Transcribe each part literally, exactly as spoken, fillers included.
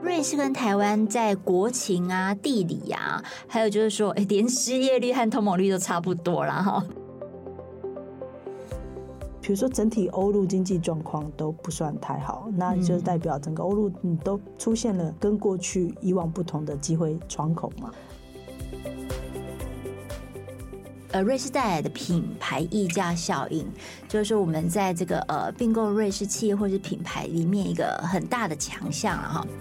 瑞士跟台湾在国情啊、地理啊，还有就是说，哎，连失业率和通膨率都差不多啦哈。 比如说整体欧陆经济状况都不算太好，那就代表整个欧陆你都出现了跟过去以往不同的机会窗口嘛。 呃，瑞士带来的品牌溢价效应，就是说我们在这个呃并购瑞士企业或是品牌里面一个很大的强项了哈。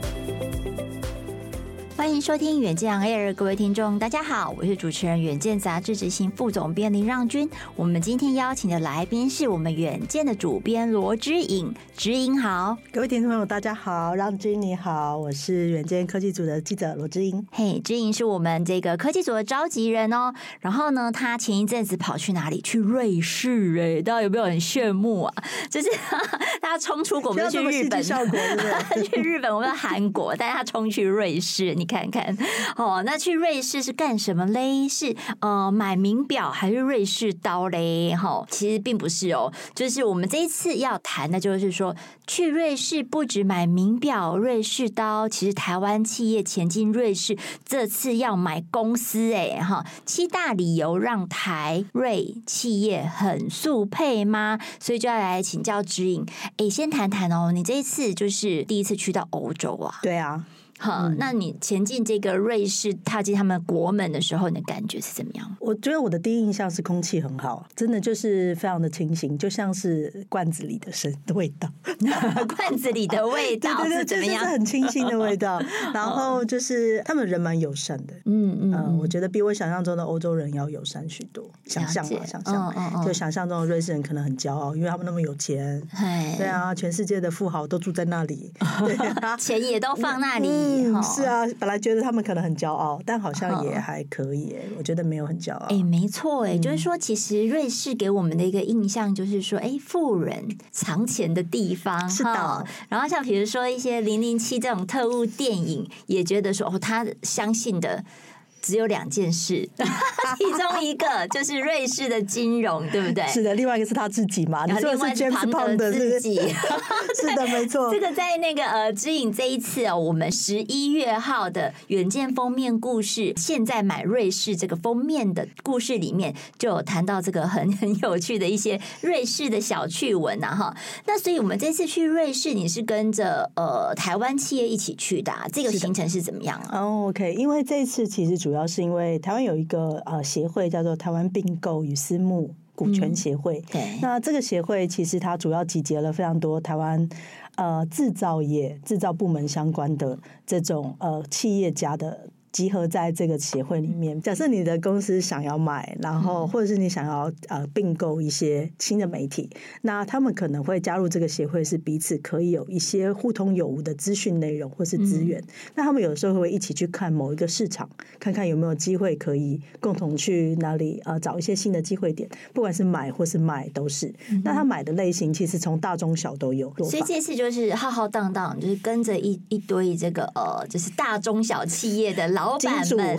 欢迎收听远见 On Air， 各位听众大家好，我是主持人远见杂志执行副总编林让均。我们今天邀请的来宾是我们远见的主编罗之颖，之颖好。 各位听众朋友大家好，让均你好，我是远见科技组的记者罗之颖。 嘿，之颖是我们这个科技组的召集人哦。然后呢，他前一阵子跑去哪里？去瑞士哎、欸，大家有没有很羡慕啊？就是大家冲出国，我们去日本， 效果对不对？ 去日本，我们韩国，但是他冲去瑞士，你看看哦。那去瑞士是干什么嘞？是呃买名表还是瑞士刀嘞？哈、哦，其实并不是哦，就是我们这一次要谈的就是说，去瑞士不止买名表、瑞士刀，其实台湾企业前进瑞士，这次要买公司哎哈，七大理由让台瑞企业很速配吗？所以就要来请教之颖。哎，先谈谈哦，你这一次就是第一次去到欧洲啊？ 对啊。 好，那你前进这个瑞士，踏进他们国门的时候，你的感觉是怎么样？ 我觉得我的第一印象是空气很好，真的就是非常的清新，就像是罐子里的生的味道。 罐子里的味道是怎么样？ 对对对，就是很清新的味道。然后就是他们人蛮友善的，嗯嗯、呃，我觉得比我想象中的欧洲人要友善许多。想象嘛，想象，嗯嗯、就想象中的瑞士人可能很骄傲，因为他们那么有钱。对啊，全世界的富豪都住在那里，对啊，钱也都放那里。 嗯，是啊，本来觉得他们可能很骄傲，但好像也还可以耶。我觉得没有很骄傲。 哎，没错，哎、嗯，就是说，其实瑞士给我们的一个印象就是说，哎，富人藏钱的地方。 是的。 然后像比如说一些零零七这种特务电影，也觉得说，哦，他相信的只有两件事，其中一个就是瑞士的金融，对不对？ 是的，另外一个是他自己嘛。你说的是 James Bond 的自己， 是的，没错。 这个在那个呃，之颖这一次哦，我们十一月号的远见封面故事，现在买瑞士这个封面的故事里面，就有谈到这个很很有趣的一些瑞士的小趣闻啊哈。那所以我们这次去瑞士，你是跟着呃台湾企业一起去的、啊，这个行程是怎么样啊？ 哦、oh, ，OK， 因为这一次其实主要。主要是因为台湾有一个呃协会叫做台湾并购与私募股权协会，嗯、对，那这个协会其实它主要集结了非常多台湾呃制造业、制造部门相关的这种呃企业家的。集合在这个协会里面。假设你的公司想要买，然后或者是你想要呃并购一些新的媒体，那他们可能会加入这个协会，是彼此可以有一些互通有无的资讯内容或是资源。嗯、那他们有的时候会一起去看某一个市场，看看有没有机会可以共同去哪里呃找一些新的机会点，不管是买或是卖都是。嗯、那他买的类型其实从大中小都有。 所以这次就是浩浩荡荡，就是跟着一一堆这个呃，就是大中小企业的老板们，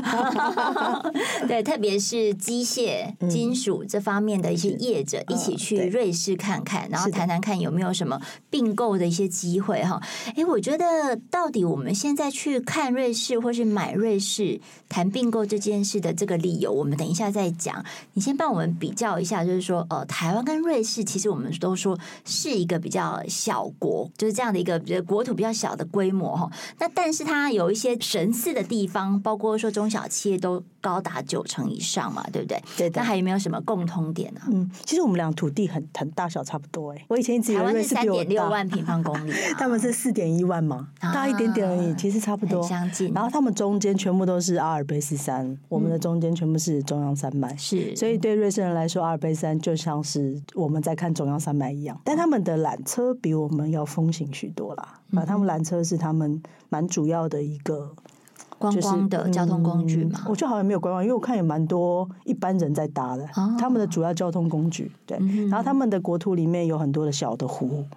对，特别是机械、金属这方面的一些业者，嗯、一起去瑞士看看，然后谈谈看有没有什么并购的一些机会哈。哎，我觉得到底我们现在去看瑞士或是买瑞士谈并购这件事的这个理由，我们等一下再讲。你先帮我们比较一下，就是说，呃，台湾跟瑞士，其实我们都说是一个比较小国，就是这样的一个国土比较小的规模哈。那但是它有一些神似的地方。包括说中小企业都高达九成以上嘛，对不对？ 对的。 那还有没有什么共通点呢、啊？ 嗯，其实我们俩土地很很大小差不多哎、欸。我以前一直以为瑞士比我大，台湾是三点六万平方公里、啊， 他们是四点一万嘛，啊、大一点点而已，其实差不多， 很相近。 然后他们中间全部都是阿尔卑斯山，我们的中间全部是中央山脉， 是、嗯。 所以对瑞士人来说，阿尔卑斯山就像是我们在看中央山脉一样，但他们的缆车比我们要风行许多啦。啊、嗯，他们缆车是他们蛮主要的一个。 观光的交通工具嘛、 嗯，我觉得好像没有观光，因为我看也蛮多一般人在搭的，哦、他们的主要交通工具对、嗯，然后他们的国土里面有很多的小的湖。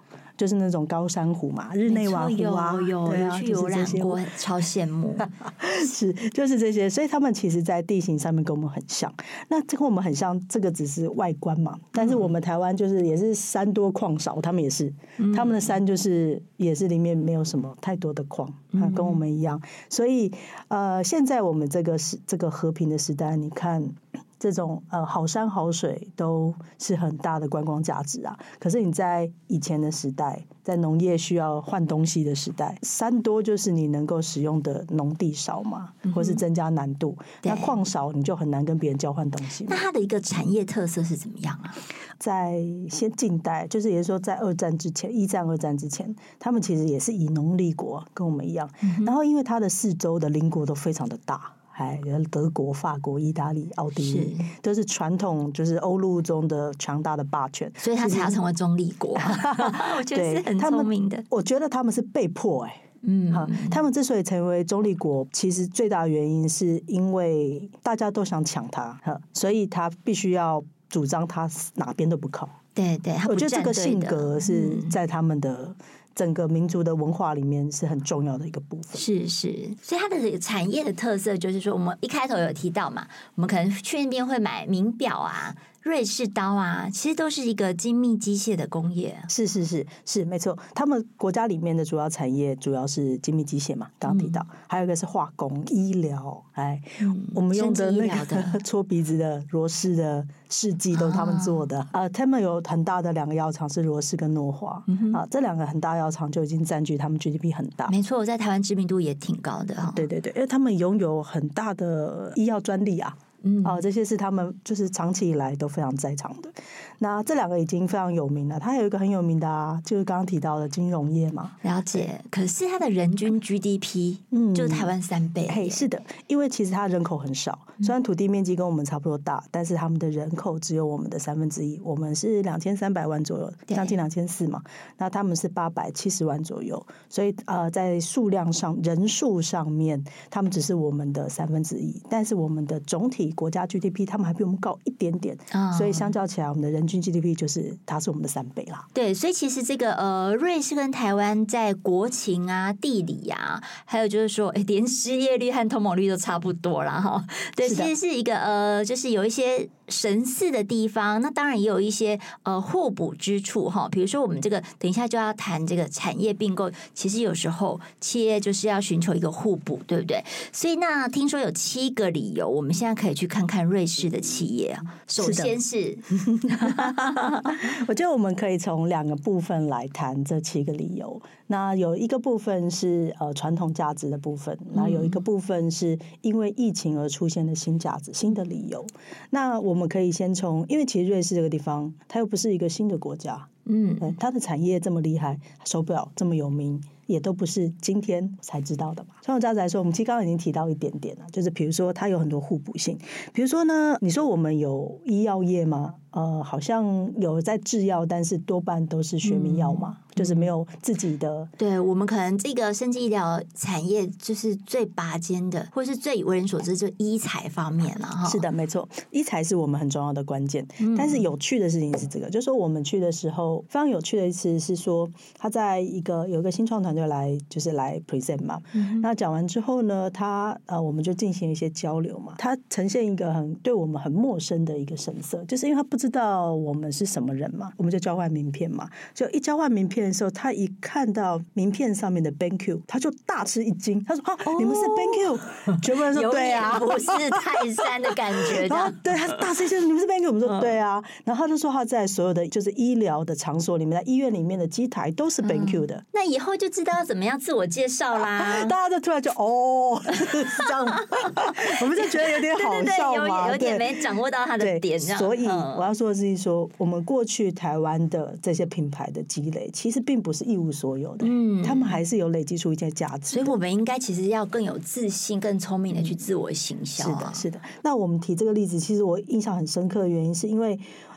就是那种高山湖嘛，日内瓦湖啊， 有有有去游览过，超羡慕。 是，就是这些，所以他们其实，在地形上面跟我们很像。那这跟我们很像，这个只是外观嘛，但是我们台湾就是也是山多矿少，他们也是，他们的山就是也是里面没有什么太多的矿，啊，跟我们一样。所以呃，现在我们这个是这个和平的时代，你看。这种呃好山好水都是很大的观光价值啊。可是你在以前的时代，在农业需要换东西的时代，山多就是你能够使用的农地少嘛，或是增加难度。嗯、那矿少，你就很难跟别人交换东西。 那它的一个产业特色是怎么样啊？ 在先近代，就是也就是说在二战之前，一战、二战之前，他们其实也是以农立国，跟我们一样。嗯、然后因为它的四周的邻国都非常的大。哎，德国、法国、意大利、奥地利都是传统，就是欧陆中的强大的霸权， 所以他才要成为中立国。我觉得是很聪明的。 我觉得他们是被迫哎、欸，嗯，好，他们之所以成为中立国，其实最大的原因是因为大家都想抢他，所以他必须要主张他哪边都不靠。 对对， 我觉得这个性格是在他们的。整个民族的文化里面是很重要的一个部分， 是是，所以它的产业的特色就是说，我们一开头有提到嘛，我们可能去那边会买名表啊、瑞士刀啊，其实都是一个精密机械的工业。 是是是是，没错。他们国家里面的主要产业主要是精密机械嘛，刚刚提到，嗯、还有一个是化工、医疗，哎，嗯、我们用的那个搓鼻子的罗氏的试剂都是他们做的。啊、呃，他们有很大的两个药厂是罗氏跟诺华，嗯、啊，这两个很大药厂就已经占据他们 G D P 很大。 没错，在台湾知名度也挺高的哈。 对对对，因为他们拥有很大的医药专利啊。嗯，啊，这些是他们就是长期以来都非常在场的。那这两个已经非常有名了。它有一个很有名的啊，就是刚刚提到的金融业嘛。 了解。可是它的人均 G D P 嗯就是台湾三倍。 嘿，是的，因为其实它人口很少，虽然土地面积跟我们差不多大，但是他们的人口只有我们的三分之一。我们是两千三百万左右，将近两千四嘛。那他们是八百七十万左右，所以呃，在数量上、人数上面，他们只是我们的三分之一，但是我们的总体国家 G D P 他们还比我们高一点点，哦、所以相较起来，我们的人均 G D P 就是它是我们的三倍啦。 对，所以其实这个呃，瑞士跟台湾在国情啊、地理啊，还有就是说，哎，连失业率和通膨率都差不多啦哈。对，其实是一个呃，就是有一些神似的地方，那当然也有一些呃互补之处哈。比如说，我们这个等一下就要谈这个产业并购，其实有时候企业就是要寻求一个互补，对不对？所以那听说有七个理由，我们现在可以去看看瑞士的企业啊。首先是， 我觉得我们可以从两个部分来谈这七个理由。那有一个部分是呃传统价值的部分，那有一个部分是因为疫情而出现的新价值、新的理由。那我们可以先从，因为其实瑞士这个地方，它又不是一个新的国家，嗯，它的产业这么厉害，手表这么有名。也都不是今天才知道的嘛。传统价值来说，我们其实刚刚已经提到一点点了，就是比如说它有很多互补性。比如说呢，你说我们有医药业吗？呃，好像有在制药，但是多半都是学名药嘛，嗯、就是没有自己的。 对，我们可能这个生技医疗产业就是最拔尖的，或是最为人所知，就医材方面了哈。 是的，没错，医材是我们很重要的关键。嗯、但是有趣的事情是这个，就是说我们去的时候，非常有趣的一次是说，他在一个有一个新创团队来，就是来 present 嘛。嗯、那讲完之后呢，他呃，我们就进行一些交流嘛。他呈现一个很对我们很陌生的一个神色，就是因为他不知道我们是什么人嘛，我们就交换名片嘛。就一交换名片的时候，他一看到名片上面的 BenQ， 他就大吃一惊，他说：“啊，哦、你们是 BenQ？” 全部人说：“对啊， 不是泰山的感觉。” 然后对他大吃一惊，你们是 BenQ？ 我们说：“对啊。嗯”然后他就说他在所有的就是医疗的场所里面，在医院里面的机台都是 BenQ 的、嗯。 那以后就知道怎么样自我介绍啦。 大家就突然就哦，是这样，我们就觉得有点好笑嘛， 对对对，有有点没掌握到他的点。 所以我要说的是说，我们过去台湾的这些品牌的积累，其实并不是一无所有的，嗯，他们还是有累积出一些价值。 所以我们应该其实要更有自信、更聪明的去自我行销、啊。 是的，是的。那我们提这个例子，其实我印象很深刻的原因，是因为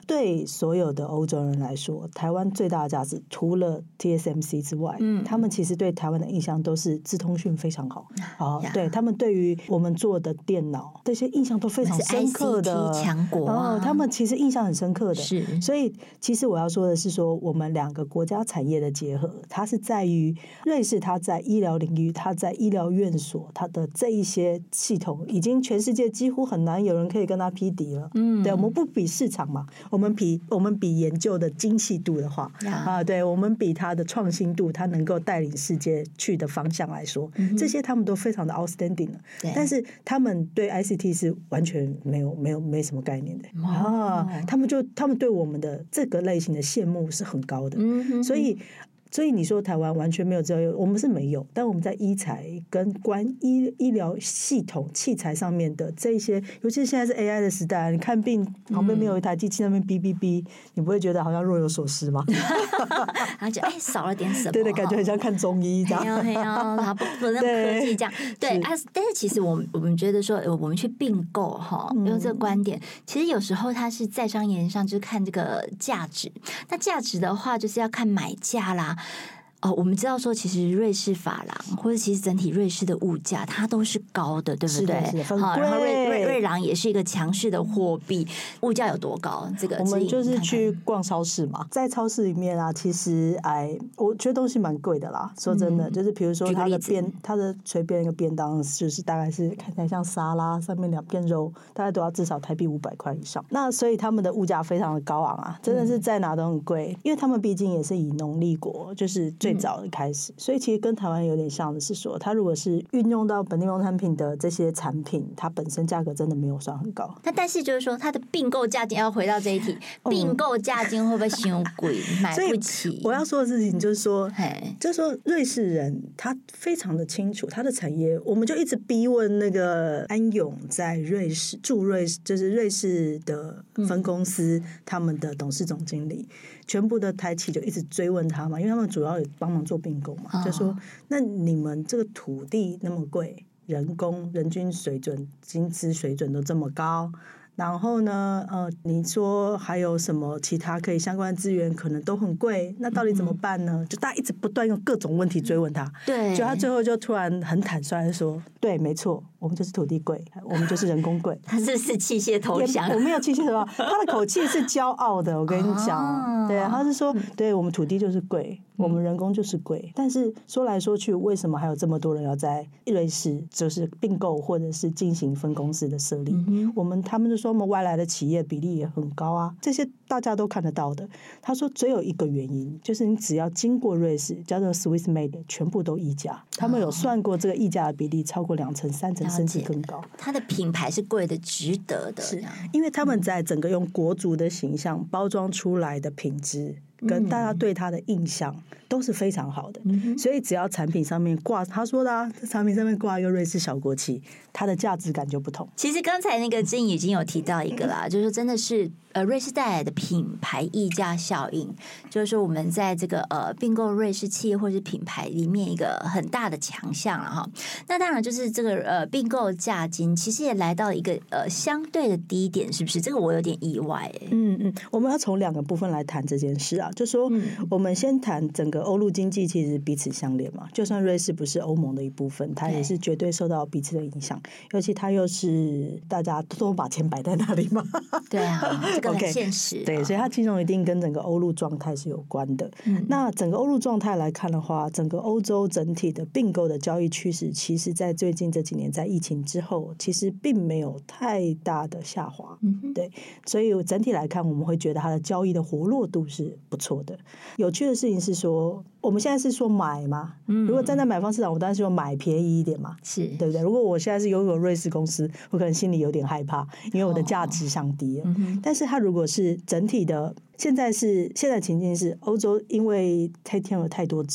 对所有的欧洲人来说，台湾最大的价值除了 T S M C 之外，嗯，他们其实对台湾的印象都是资通讯非常好，啊，对他们对于我们做的电脑这些印象都非常深刻的强国啊， 哦，他们其实印象很深刻的， 是。 所以其实我要说的是说，我们两个国家产业的结合，它是在于瑞士，它在医疗领域，它在医疗院所，它的这一些系统，已经全世界几乎很难有人可以跟它匹敌了。嗯，对，我们不比市场嘛，我们比我们比研究的精细度的话，啊，对，我们比它的创新度，它能够带领世界去的方向来说，嗯、这些他们都非常的 outstanding 了。但是他们对 I C T 是完全没有没有没什么概念的、哦、啊，他们就他们对我们的这个类型的羡慕是很高的，嗯、哼哼所以。所以你说台湾完全没有这个，我们是没有，但我们在医材跟关医医疗系统器材上面的这些，尤其是现在是 A I 的时代，你看病旁边没有一台机器那边哔哔哔，你不会觉得好像若有所失吗？ 然后就哎少了点什么， 对对，感觉很像看中医这样， 嘿呦嘿呦，然后不不那么科技这样，对啊。但是其实我们我们觉得说，我们去并购哈，用这个观点，其实有时候它是在商言上，就是看这个价值。那价值的话，就是要看买价啦。哦，我们知道说，其实瑞士法郎或者其实整体瑞士的物价，它都是高的，对不对？好，然后瑞瑞瑞郎也是一个强势的货币，物价有多高？这个我们就是去逛超市嘛，在超市里面啊，其实哎，我觉得东西蛮贵的啦。说真的，嗯、就是比如说它的便，它的随便一个便当，就是大概是看起来像沙拉，上面两片肉，大概都要至少台币五百块以上。那所以他们的物价非常的高昂啊，真的是在哪都很贵，因为他们毕竟也是以农立国，就是最早的开始，所以其实跟台湾有点像的是说，它如果是运用到本地农产品的这些产品，它本身价格真的没有算很高。 那但是就是说，它的并购价金要回到这一题，并购价金会不会嫌贵，买不起？ 我要说的事情就是说，就是说瑞士人他非常的清楚他的产业，我们就一直逼问那个安永在瑞士驻瑞士，就是瑞士的分公司、嗯、他们的董事总经理。全部的台企就一直追问他嘛，因为他们主要也帮忙做并购嘛，哦、就说那你们这个土地那么贵，人工人均水准、薪资水准都这么高，然后呢，呃，你说还有什么其他可以相关的资源可能都很贵，那到底怎么办呢？嗯、就大家一直不断用各种问题追问他， 对， 就他最后就突然很坦率的说，对，没错。我们就是土地贵，我们就是人工贵。 他是不是器械投降？ 我没有器械投降，他的口气是骄傲的。我跟你讲，哦、对，他是说，对我们土地就是贵，我们人工就是贵。但是说来说去，为什么还有这么多人要在瑞士就是并购或者是进行分公司的设立？嗯、我们他们就说，我们外来的企业比例也很高啊，这些大家都看得到的。他说，只有一个原因，就是你只要经过瑞士，叫做 Swiss Made， 全部都议价。他们有算过这个议价的比例超过两成、三成。甚至更高， 它的品牌是贵的，值得的， 是因为他们在整个用国族的形象包装出来的品质，跟大家对它的印象都是非常好的，嗯、所以只要产品上面挂他说的啊，产品上面挂一个瑞士小国旗，它的价值感就不同。 其实刚才那个静已经有提到一个啦，就是说真的是呃瑞士带来的品牌溢价效应，就是说我们在这个呃并购瑞士企业或是品牌里面一个很大的强项了哈。那当然就是这个呃并购价金其实也来到一个呃相对的低点，是不是？这个我有点意外哎、欸。 嗯嗯，我们要从两个部分来谈这件事啊，就说我们先谈整个欧陆经济其实彼此相连嘛，就算瑞士不是欧盟的一部分，它也是绝对受到彼此的影响，尤其它又是大家都把钱摆在那里嘛。 对啊，这个很现实、啊。 Okay, 对，所以它金融一定跟整个欧陆状态是有关的。嗯、那整个欧陆状态来看的话，整个欧洲整体的并购的交易趋势，其实在最近这几年，在疫情之后，其实并没有太大的下滑。嗯、对，所以整体来看，我们会觉得它的交易的活络度是不错的。有趣的事情是说，我们现在是说买嘛，嗯、如果站在买方市场，我当然是说买便宜一点嘛， 是对不对？如果我现在是拥有瑞士公司，我可能心里有点害怕，因为我的价值降低了。哦嗯、但是它如果是整体的，现在是现在情境是欧洲，因为太添了太多支，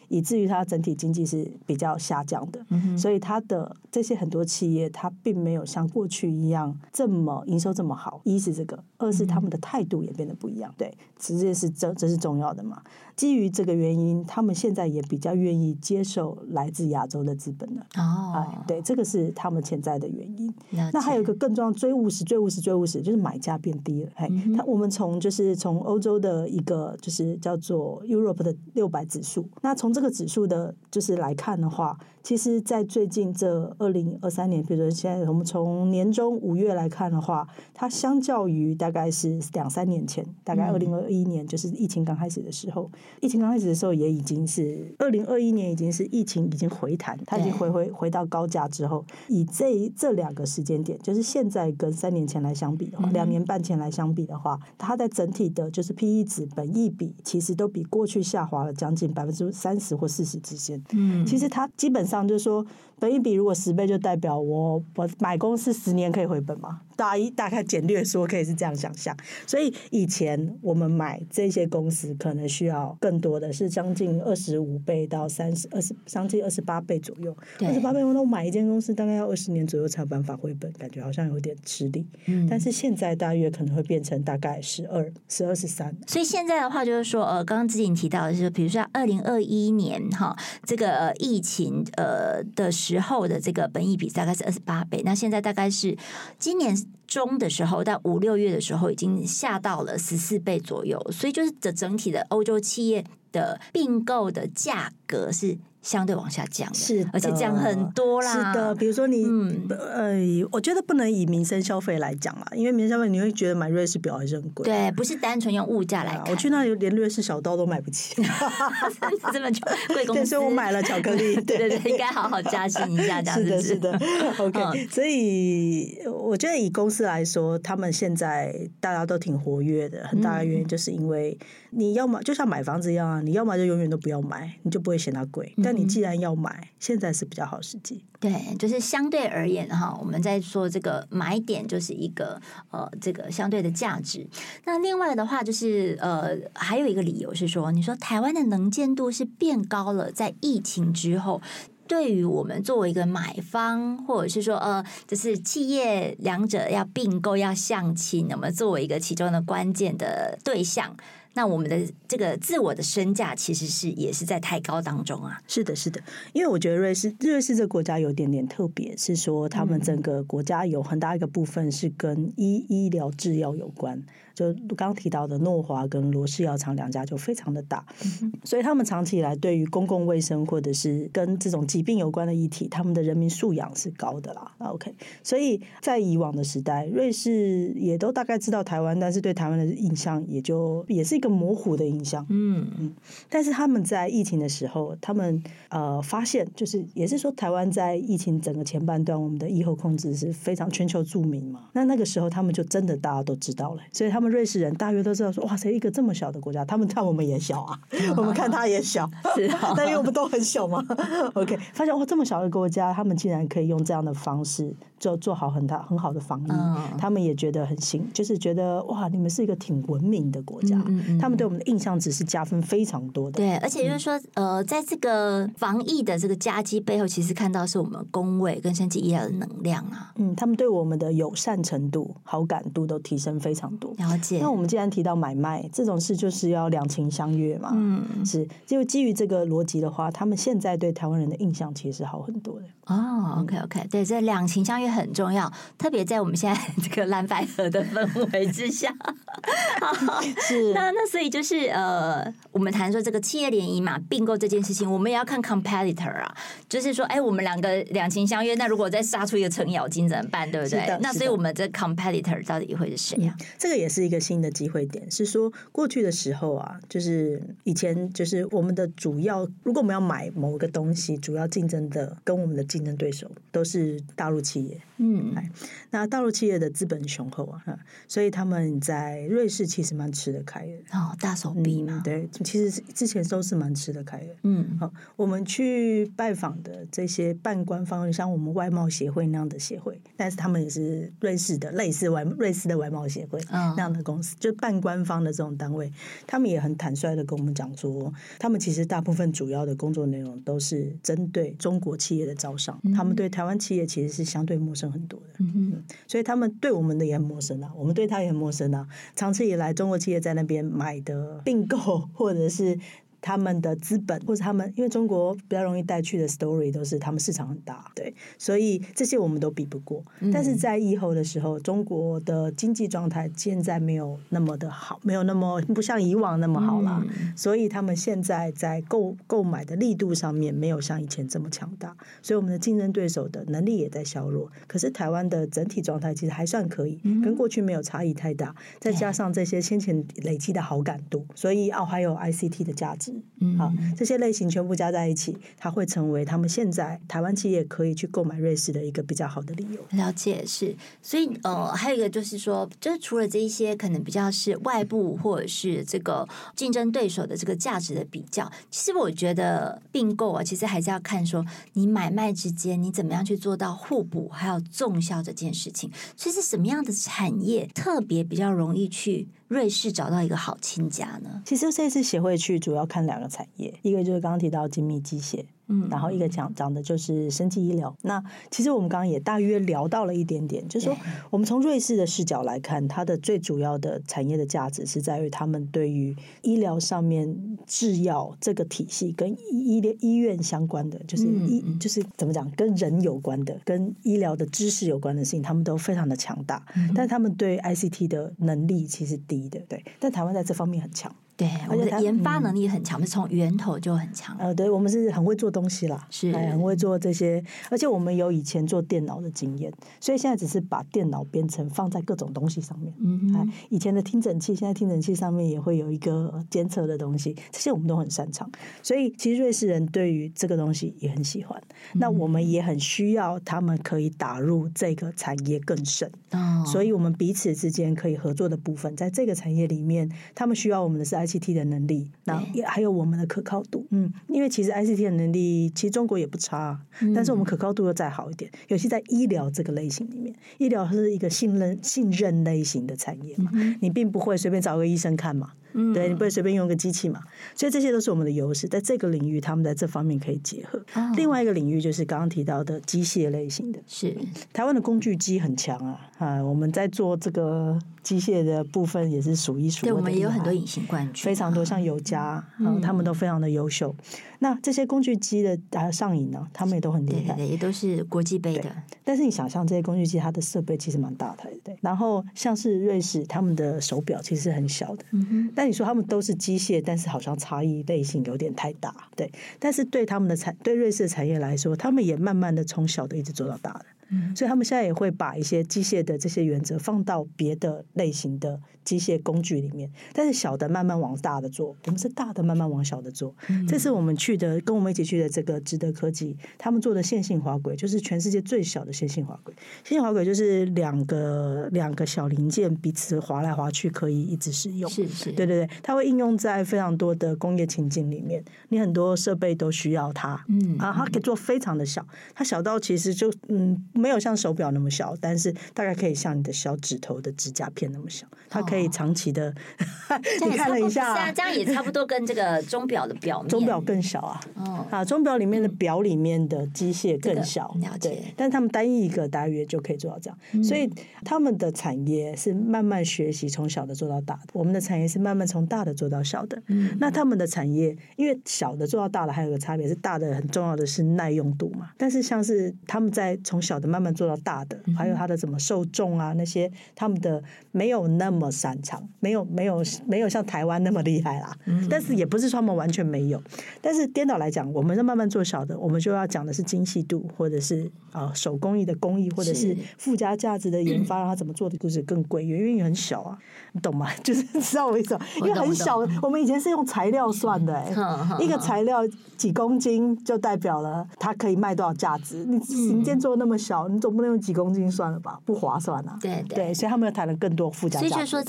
以至于它整体经济是比较下降的，嗯、所以它的这些很多企业，它并没有像过去一样这么营收这么好。一是这个，二是他们的态度也变得不一样。对，直接是这这是重要的嘛。基于这个原因，他们现在也比较愿意接受来自亚洲的资本了。哦，哎，对，这个是他们潜在的原因。那还有一个更重要，最务实、最务实、最务实，就是买价变低了。哎、嗯，我们从就是从欧洲的一个就是叫做 Europe 的六百指数，那从这个指数的就是来看的话，其实在最近这二零二三年，比如说现在我们从年中五月来看的话，它相较于大概是两三年前，大概二零二一年就是疫情刚开始的时候，疫情刚开始的时候也已经是二零二一年已经是疫情已经回弹，它已经回回回到高价之后，以这这两个时间点，就是现在跟三年前来相比的话，两、嗯、年半前来相比的话，它在整体的就是 P E 值、本益比，其实都比过去下滑了将近百分之三十或四十之间。嗯，其实它基本上就是说，本益比如果十倍，就代表我我买公司十年可以回本嘛？大一大概简略说，可以是这样想象。所以以前我们买这些公司，可能需要更多的是将近二十五倍到三十二十，将近二十八倍左右。二十八倍，我买一间公司大概要二十年左右才有办法回本，感觉好像有点吃力。嗯，但是现在大约可能会变成大概十二、十二、十三。 所以现在的话，就是说，呃，刚刚之前提到的是，比如说二零二一年哈，这个、呃、疫情呃的时候的这个本益比大概是二十八倍，那现在大概是今年中的时候，到五六月的时候，已经下到了十四倍左右，所以就是这整体的欧洲企业的并购的价格是相对往下降的， 是的， 而且降很多啦。 是的，比如说你，嗯、呃，我觉得不能以民生消费来讲啦，因为民生消费你会觉得买瑞士表还是很贵， 对，不是单纯用物价来看。啊、 我去那里连瑞士小刀都买不起， 这么贵公司， 所以我买了巧克力。 对对对，应该好好加薪一下，这样子。 是的，是的。OK，、嗯、所以我觉得以公司来说，他们现在大家都挺活跃的，很大的原因就是因为你要么就像买房子一样啊，你要么就永远都不要买，你就不会嫌它贵。嗯、但你既然要买，现在是比较好时机。 对，就是相对而言哈，我们在说这个买点就是一个呃这个相对的价值。那另外的话就是呃还有一个理由是说，你说台湾的能见度是变高了，在疫情之后。对于我们作为一个买方，或者是说呃，就是企业两者要并购要相亲，那么作为一个其中的关键的对象，那我们的这个自我的身价其实是也是在抬高当中啊。 是的，是的，因为我觉得瑞士瑞士这个国家有点点特别，是说他们整个国家有很大一个部分是跟医医疗制药有关。就刚刚提到的诺华跟罗氏药厂两家就非常的大，嗯、所以他们长期以来对于公共卫生或者是跟这种疾病有关的议题，他们的人民素养是高的啦。OK， 所以在以往的时代，瑞士也都大概知道台湾，但是对台湾的印象也就也是一个模糊的印象。嗯嗯，但是他们在疫情的时候，他们呃发现，就是也是说台湾在疫情整个前半段，我们的疫后控制是非常全球著名嘛。那那个时候他们就真的大家都知道了，所以他们。瑞士人大约都知道说，哇塞，一个这么小的国家，他们看我们也小啊，我们看他也小，是、啊，但因为我们都很小嘛。OK， 发现哇，这么小的国家，他们竟然可以用这样的方式做做好很大很好的防疫，嗯、他们也觉得很新，就是觉得哇，你们是一个挺文明的国家，嗯嗯嗯他们对我们的印象值是加分非常多的。 对，而且就是说，嗯、呃，在这个防疫的这个佳绩背后，其实看到是我们公卫跟生技医疗的能量啊， 嗯，他们对我们的友善程度、好感度都提升非常多。那我们既然提到买卖这种事，就是要两情相悦嘛。嗯，是，就基于这个逻辑的话，他们现在对台湾人的印象其实是好很多的。 哦 ，OK OK， 对，这两情相悦很重要，特别在我们现在这个蓝白合的氛围之下。是，那那所以就是呃，我们谈说这个企业联谊嘛，并购这件事情，我们也要看 competitor 啊，就是说，哎，我们两个两情相悦，那如果再杀出一个程咬金怎么办？对不对？那所以我们这 competitor 到底会是谁啊？ 嗯、这个也是一个新的机会点，是说过去的时候啊，就是以前就是我们的主要，如果我们要买某个东西，主要竞争的跟我们的竞争对手都是大陆企业。嗯，那大陆企业的资本雄厚啊，所以他们在瑞士其实蛮吃得开的。 哦，大手笔嘛、 嗯。对，其实之前都是蛮吃得开的。嗯，好，我们去拜访的这些半官方，像我们外贸协会那样的协会，但是他们也是瑞士的类似外瑞士的外贸协会那样的的公司，就半官方的这种单位，他们也很坦率的跟我们讲说，他们其实大部分主要的工作内容都是针对中国企业的招商，嗯、他们对台湾企业其实是相对陌生很多的，嗯嗯、所以他们对我们的也很陌生啊，我们对他也很陌生啊。长期以来，中国企业在那边买的并购或者是他们的资本，或者他们因为中国比较容易带去的 story 都是他们市场很大，对，所以这些我们都比不过。嗯、但是在疫后的时候，中国的经济状态现在没有那么的好，没有那么不像以往那么好啦，嗯、所以他们现在在购购买的力度上面没有像以前这么强大，所以我们的竞争对手的能力也在削弱。可是台湾的整体状态其实还算可以，嗯、跟过去没有差异太大，再加上这些先前累积的好感度，所以哦还有 I C T 的价值。嗯、好，这些类型全部加在一起，它会成为他们现在台湾企业可以去购买瑞士的一个比较好的理由。 了解，是，所以呃，还有一个就是说，就是除了这一些可能比较是外部或者是这个竞争对手的这个价值的比较，其实我觉得并购啊，其实还是要看说你买卖之间你怎么样去做到互补，还有纵销这件事情。所以是什么样的产业特别比较容易去瑞士找到一个好亲家呢？ 其实这次协会去主要看两个产业，一个就是刚刚提到精密机械，嗯，然后一个讲讲的就是生技医疗。那其实我们刚刚也大约聊到了一点点，就是说我们从瑞士的视角来看，它的最主要的产业的价值是在于他们对于医疗上面制药这个体系跟医医院相关的，就是医、嗯、就是怎么讲，跟人有关的，跟医疗的知识有关的事情，他们都非常的强大。嗯、但他们对 I C T 的能力其实低的，对。但台湾在这方面很强。 对，我们的研发能力很强，我们、嗯、从源头就很强。 呃，对，我们是很会做东西啦， 是很会做这些，而且我们有以前做电脑的经验，所以现在只是把电脑编程放在各种东西上面。嗯哼，以前的听诊器，现在听诊器上面也会有一个监测的东西，这些我们都很擅长。所以其实瑞士人对于这个东西也很喜欢，嗯、那我们也很需要他们可以打入这个产业更深。哦，所以我们彼此之间可以合作的部分，在这个产业里面，他们需要我们的是 I C T 的能力，那也还有我们的可靠度。嗯，因为其实 I C T 的能力，其实中国也不差，嗯、但是我们可靠度又再好一点。尤其在医疗这个类型里面，医疗是一个信任信任类型的产业嘛，嗯、你并不会随便找个医生看嘛。嗯、对，你不会随便用个机器嘛，所以这些都是我们的优势。在这个领域，他们在这方面可以结合。哦、另外一个领域就是刚刚提到的机械类型的， 是台湾的工具机很强啊啊！我们在做这个机械的部分也是数一数二的。 对，我们也有很多隐形冠军， 非常多，像友家，嗯、他们都非常的优秀。那这些工具机的还有上瘾呢，他们也都很厉害， 对对对，也都是国际杯的。 但是你想象这些工具机，它的设备其实蛮大台的，对。然后像是瑞士，他们的手表其实很小的，嗯哼。但你说他们都是机械，但是好像差异类型有点太大，对。但是对他们的产，对瑞士的产业来说，他们也慢慢的从小的一直做到大的。嗯、所以他们现在也会把一些机械的这些原则放到别的类型的机械工具里面，但是小的慢慢往大的做，我们是大的慢慢往小的做。嗯、这次我们去的，跟我们一起去的这个值得科技，他们做的线性滑轨就是全世界最小的线性滑轨。线性滑轨就是两个两个小零件彼此滑来滑去，可以一直使用。 是是， 对对对，它会应用在非常多的工业情境里面，你很多设备都需要它。嗯啊，它可以做非常的小，它小到其实就嗯。没有像手表那么小，但是大概可以像你的小指头的指甲片那么小，它可以长期的。哦、你看了一下， 这样也差不多跟这个钟表的表面， 钟表更小啊。哦、啊，钟表里面的表里面的机械更小， 这个、了解。 对，但是他们单一一个大约就可以做到这样，嗯、所以他们的产业是慢慢学习从小的做到大的，我们的产业是慢慢从大的做到小的。嗯、那他们的产业因为小的做到大的还有个差别是，大的很重要的是耐用度嘛，但是像是他们在从小的慢慢做到大的，还有它的怎么受众啊，那些他们的没有那么擅长，没有没有没有像台湾那么厉害啦。嗯、但是也不是说他们完全没有，但是颠倒来讲，我们要慢慢做小的，我们就要讲的是精细度，或者是啊、呃、手工艺的工艺，或者是附加价值的研发，让它怎么做的故事更贵，因为很小啊，你懂吗？就是知道我意思，因为很小，我, 我们以前是用材料算的、欸，一个材料几公斤就代表了它可以卖多少价值。你零件做那么小，你总不能用几公斤算了吧，不划算啊。 对对, 对，所以他们要谈了更多附加价值。 所以就是说，在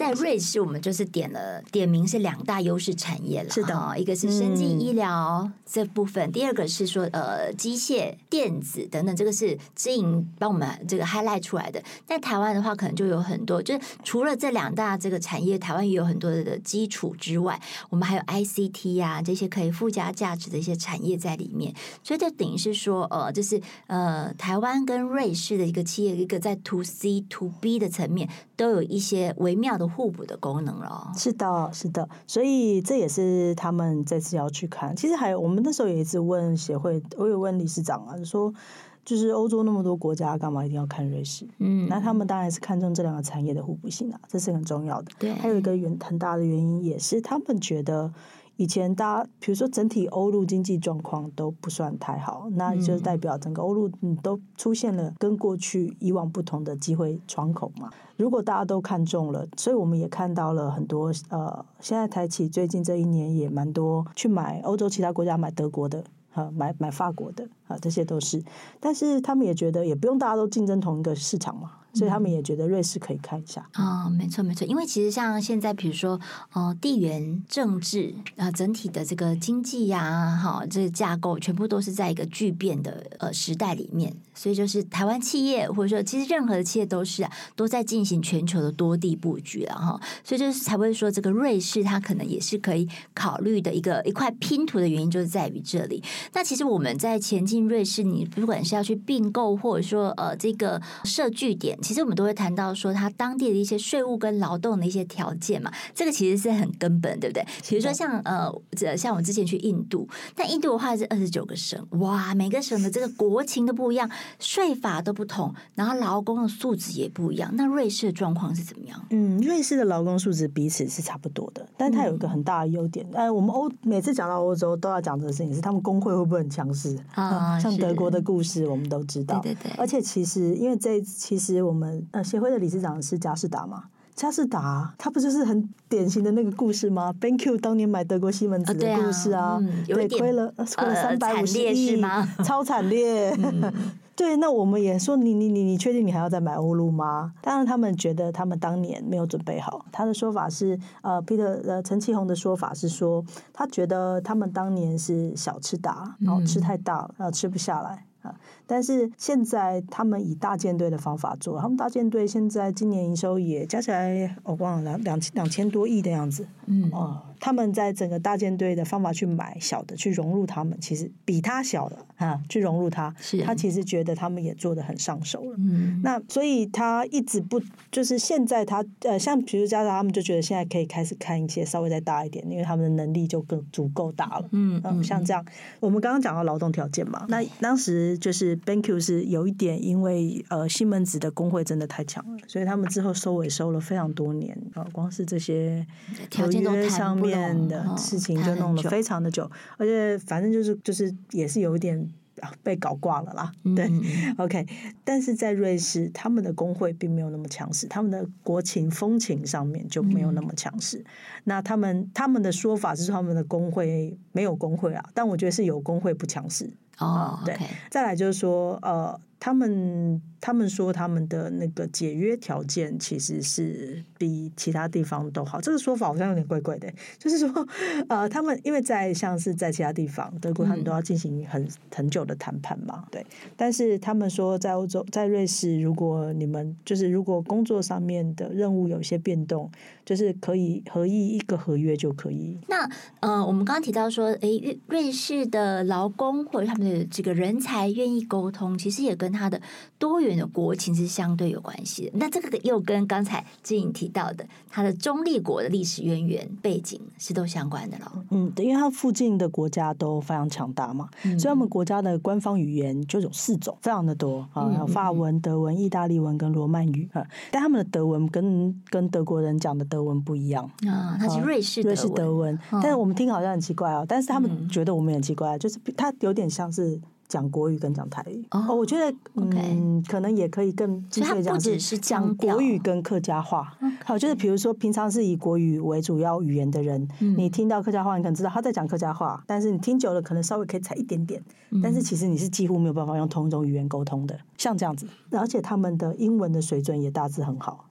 在瑞士，我们就是点了点名是两大优势产业了， 是的， 一个是生技医疗这部分，嗯、第二个是说呃机械、电子等等，这个是知莹帮我们这个 highlight 出来的。在台湾的话，可能就有很多，就是除了这两大这个产业，台湾也有很多的基础之外，我们还有 I C T 啊这些可以附加价值的一些产业在里面，所以就等于是说，呃，就是呃台湾跟瑞士的一个企业，一个在 to C to B 的层面都有一些微妙的互补的功能了。 是的，是的，所以这也是他们这次要去看。其实还有，我们那时候也一直问协会，我有问理事长啊，就说就是欧洲那么多国家，干嘛一定要看瑞士？嗯，那他们当然是看重这两个产业的互补性啊，这是很重要的。 对， 还有一个原很大的原因也是他们觉得。以前大家比如说整体欧陆经济状况都不算太好，那就是代表整个欧陆都出现了跟过去以往不同的机会窗口嘛。如果大家都看中了，所以我们也看到了很多呃，现在台企最近这一年也蛮多去买欧洲其他国家买德国的。啊，买买法国的啊，这些都是，但是他们也觉得也不用大家都竞争同一个市场嘛，所以他们也觉得瑞士可以看一下。 啊、嗯哦，没错没错，因为其实像现在比如说呃地缘政治啊、呃，整体的这个经济呀、啊，哈，这个架构全部都是在一个巨变的呃时代里面，所以就是台湾企业或者说其实任何的企业都是啊，都在进行全球的多地布局了哈，所以就是才会说这个瑞士它可能也是可以考虑的一个一块拼图的原因，就是在于这里。那其实我们在前进瑞士，你不管是要去并购，或者说呃这个设据点，其实我们都会谈到说它当地的一些税务跟劳动的一些条件嘛，这个其实是很根本，对不对？比如说像呃像我之前去印度，但印度的话是二十九个省，哇，每个省的这个国情都不一样，税法都不同，然后劳工的素质也不一样。那瑞士的状况是怎么样？ 嗯，瑞士的劳工素质彼此是差不多的，但它有一个很大的优点。呃、嗯，我们欧每次讲到欧洲都要讲这个事情，是他们工会会不会很强势啊？像德国的故事我们都知道， 对对对。 而且其实因为这其实我们呃协会的理事长是佳士达嘛。佳士达，他不就是很典型的那个故事吗 ？B N Q 当年买德国西门子的故事啊， 哦对啊嗯、 对，亏了亏了三百五十亿，超惨烈。嗯、对，那我们也说你你你你确定你还要再买欧陆吗？当然，他们觉得他们当年没有准备好。他的说法是，呃，Peter 呃陈其宏的说法是说，他觉得他们当年是小吃大，然后吃太大了，然后吃不下来。但是现在他们以大舰队的方法做，他们大舰队现在今年营收也加起来，我忘了两两两千多亿的样子。嗯哦，他们在整个大舰队的方法去买小的，去融入他们，其实比他小的啊，去融入他，他其实觉得他们也做得很上手了。嗯，那所以他一直不就是现在他呃，像比如加上他们就觉得现在可以开始看一些稍微再大一点，因为他们的能力就更足够大了。嗯嗯，像这样，我们刚刚讲到劳动条件嘛，那当时就是 B N Q 是有一点，因为呃西门子的工会真的太强了，所以他们之后收尾收了非常多年啊、呃，光是这些条件约上面的事情就弄得非常的久，哦、而且反正就是就是也是有一点。被搞挂了啦，对、嗯、，OK。但是在瑞士，他们的工会并没有那么强势，他们的国情风情上面就没有那么强势。嗯、那他们他们的说法是说他们的工会没有工会啊，但我觉得是有工会不强势。 哦、嗯， 对。 okay. 再来就是说，呃，他们他们说他们的那个解约条件其实是比其他地方都好，这个说法好像有点怪怪的，就是说，呃，他们因为在像是在其他地方，德国他们都要进行很、嗯、很久的谈判嘛，对。但是他们说在欧洲，在瑞士，如果你们就是如果工作上面的任务有一些变动，就是可以合议一个合约就可以。 那呃，我们刚刚提到说，哎，瑞士的劳工或者他们的这个人才愿意沟通，其实也跟他的多元的国情是相对有关系的。那这个又跟刚才知莹提到的他的中立国的历史渊源背景是都相关的了。 嗯，因为它附近的国家都非常强大嘛，嗯、所以他们国家的官方语言就有四种，非常的多啊，有法文、德文、意大利文跟罗曼语啊。但他们的德文跟跟德国人讲的德文不一样啊，它是瑞士德文， 瑞士德文，但是我们听好像很奇怪哦，但是他们觉得我们很奇怪，就是它有点像是。讲国语跟讲台语哦，我觉得嗯， okay. 可能也可以更精确讲是讲国语跟客家话。好、okay. ，就是比如说平常是以国语为主要语言的人，嗯、你听到客家话，你可能知道他在讲客家话，但是你听久了可能稍微可以踩一点点，嗯、但是其实你是几乎没有办法用同一种语言沟通的，像这样子。而且他们的英文的水准也大致很好。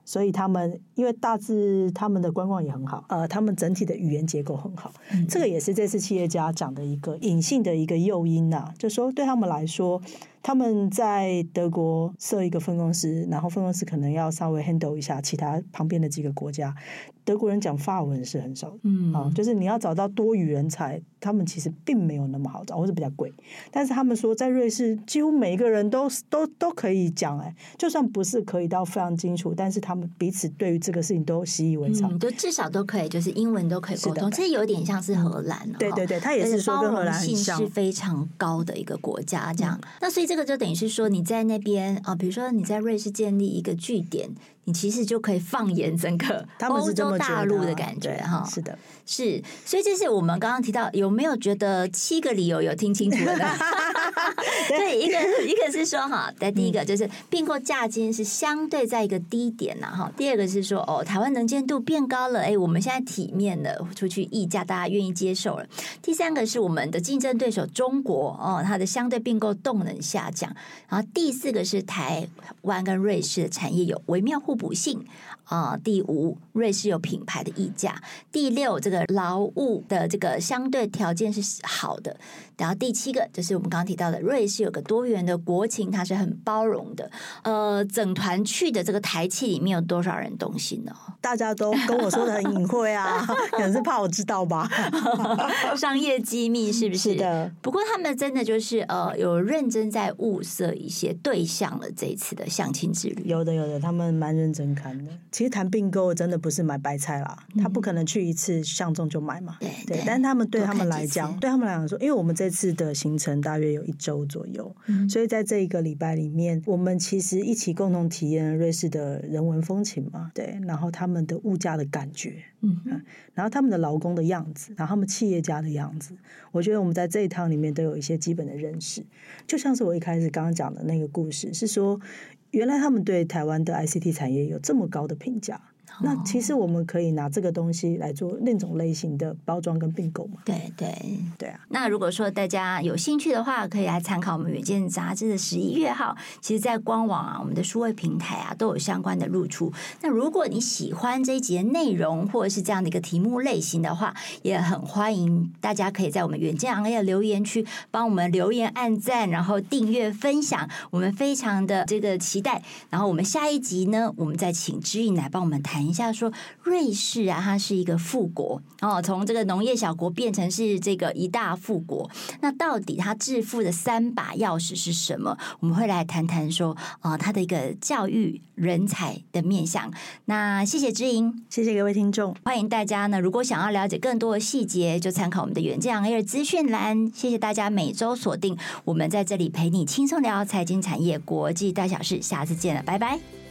所以他们因为大致他们的观光也很好，呃，他们整体的语言结构很好，嗯、这个也是这次企业家讲的一个隐性的一个诱因呐、啊，就说对他们来说，他们在德国设一个分公司，然后分公司可能要稍微 handle 一下其他旁边的几个国家。德国人讲法文是很少的，嗯啊，就是你要找到多语人才，他们其实并没有那么好找，或是比较贵。但是他们说，在瑞士几乎每一个人都都都可以讲，哎，就算不是可以到非常清楚，但是他们彼此对于这个事情都习以为常， 嗯，就至少都可以，就是英文都可以沟通。这有点像是荷兰、哦， 对对对，他也是说跟荷兰很像， 包容性是非常高的一个国家。这样，嗯、那所以这个就等于是说，你在那边啊，比如说你在瑞士建立一个据点。你其实就可以放眼整个欧洲大陆的感觉哈， 是的， 是，所以这是我们刚刚提到，有没有觉得七个理由有听清楚了呢？对，一个一个是说哈，在第一个就是并购价金是相对在一个低点呐哈，第二个是说哦，台湾能见度变高了，哎，我们现在体面了，出去议价大家愿意接受了。第三个是我们的竞争对手中国哦，它的相对并购动能下降，然后第四个是台湾跟瑞士的产业有微妙互补性啊、呃，第五，瑞士有品牌的溢价，第六，这个劳务的这个相对条件是好的，然后第七个就是我们刚刚提到的，瑞士有个多元的国情，它是很包容的。呃，整团去的这个台企里面有多少人动心呢？ 大家都跟我说的很隐晦啊，可能是怕我知道吧。 商业机密是不是？ 是的。 不过他们真的就是呃，有认真在物色一些对象了。这一次的相亲之旅， 有的有的，他们蛮认真看的。其实谈并购真的不是买白菜啦，嗯、他不可能去一次相中就买嘛。 对对, 对，但是他们对他们来讲，对他们来讲说，因为我们这次的行程大约有一周左右，嗯、所以在这一个礼拜里面，我们其实一起共同体验瑞士的人文风情嘛，对，然后他们的物价的感觉，嗯，然后他们的劳工的样子，然后他们企业家的样子，我觉得我们在这一趟里面都有一些基本的认识。就像是我一开始刚刚讲的那个故事，是说原来他们对台湾的 I C T 产业有这么高的评价。那其实我们可以拿这个东西来做另一种类型的包装跟并购嘛？ 对对对啊。 那如果说大家有兴趣的话，可以来参考我们远见杂志的十一月号。其实，在官网啊，我们的数位平台啊，都有相关的露出。那如果你喜欢这一集的内容，或者是这样的一个题目类型的话，也很欢迎大家可以在我们远见行业的留言区帮我们留言、按赞，然后订阅、分享。我们非常的这个期待。然后我们下一集呢，我们再请知颖来帮我们谈一下说瑞士啊，它是一个富国哦，从这个农业小国变成是这个一大富国。那到底它致富的三把钥匙是什么？我们会来谈谈说啊、呃，它的一个教育人才的面向。那谢谢知颖， 谢谢各位听众， 欢迎大家呢，如果想要了解更多的细节，就参考我们的远见 Air 资讯栏。谢谢大家每周锁定，我们在这里陪你轻松聊财经产业国际大小事，下次见了，拜拜。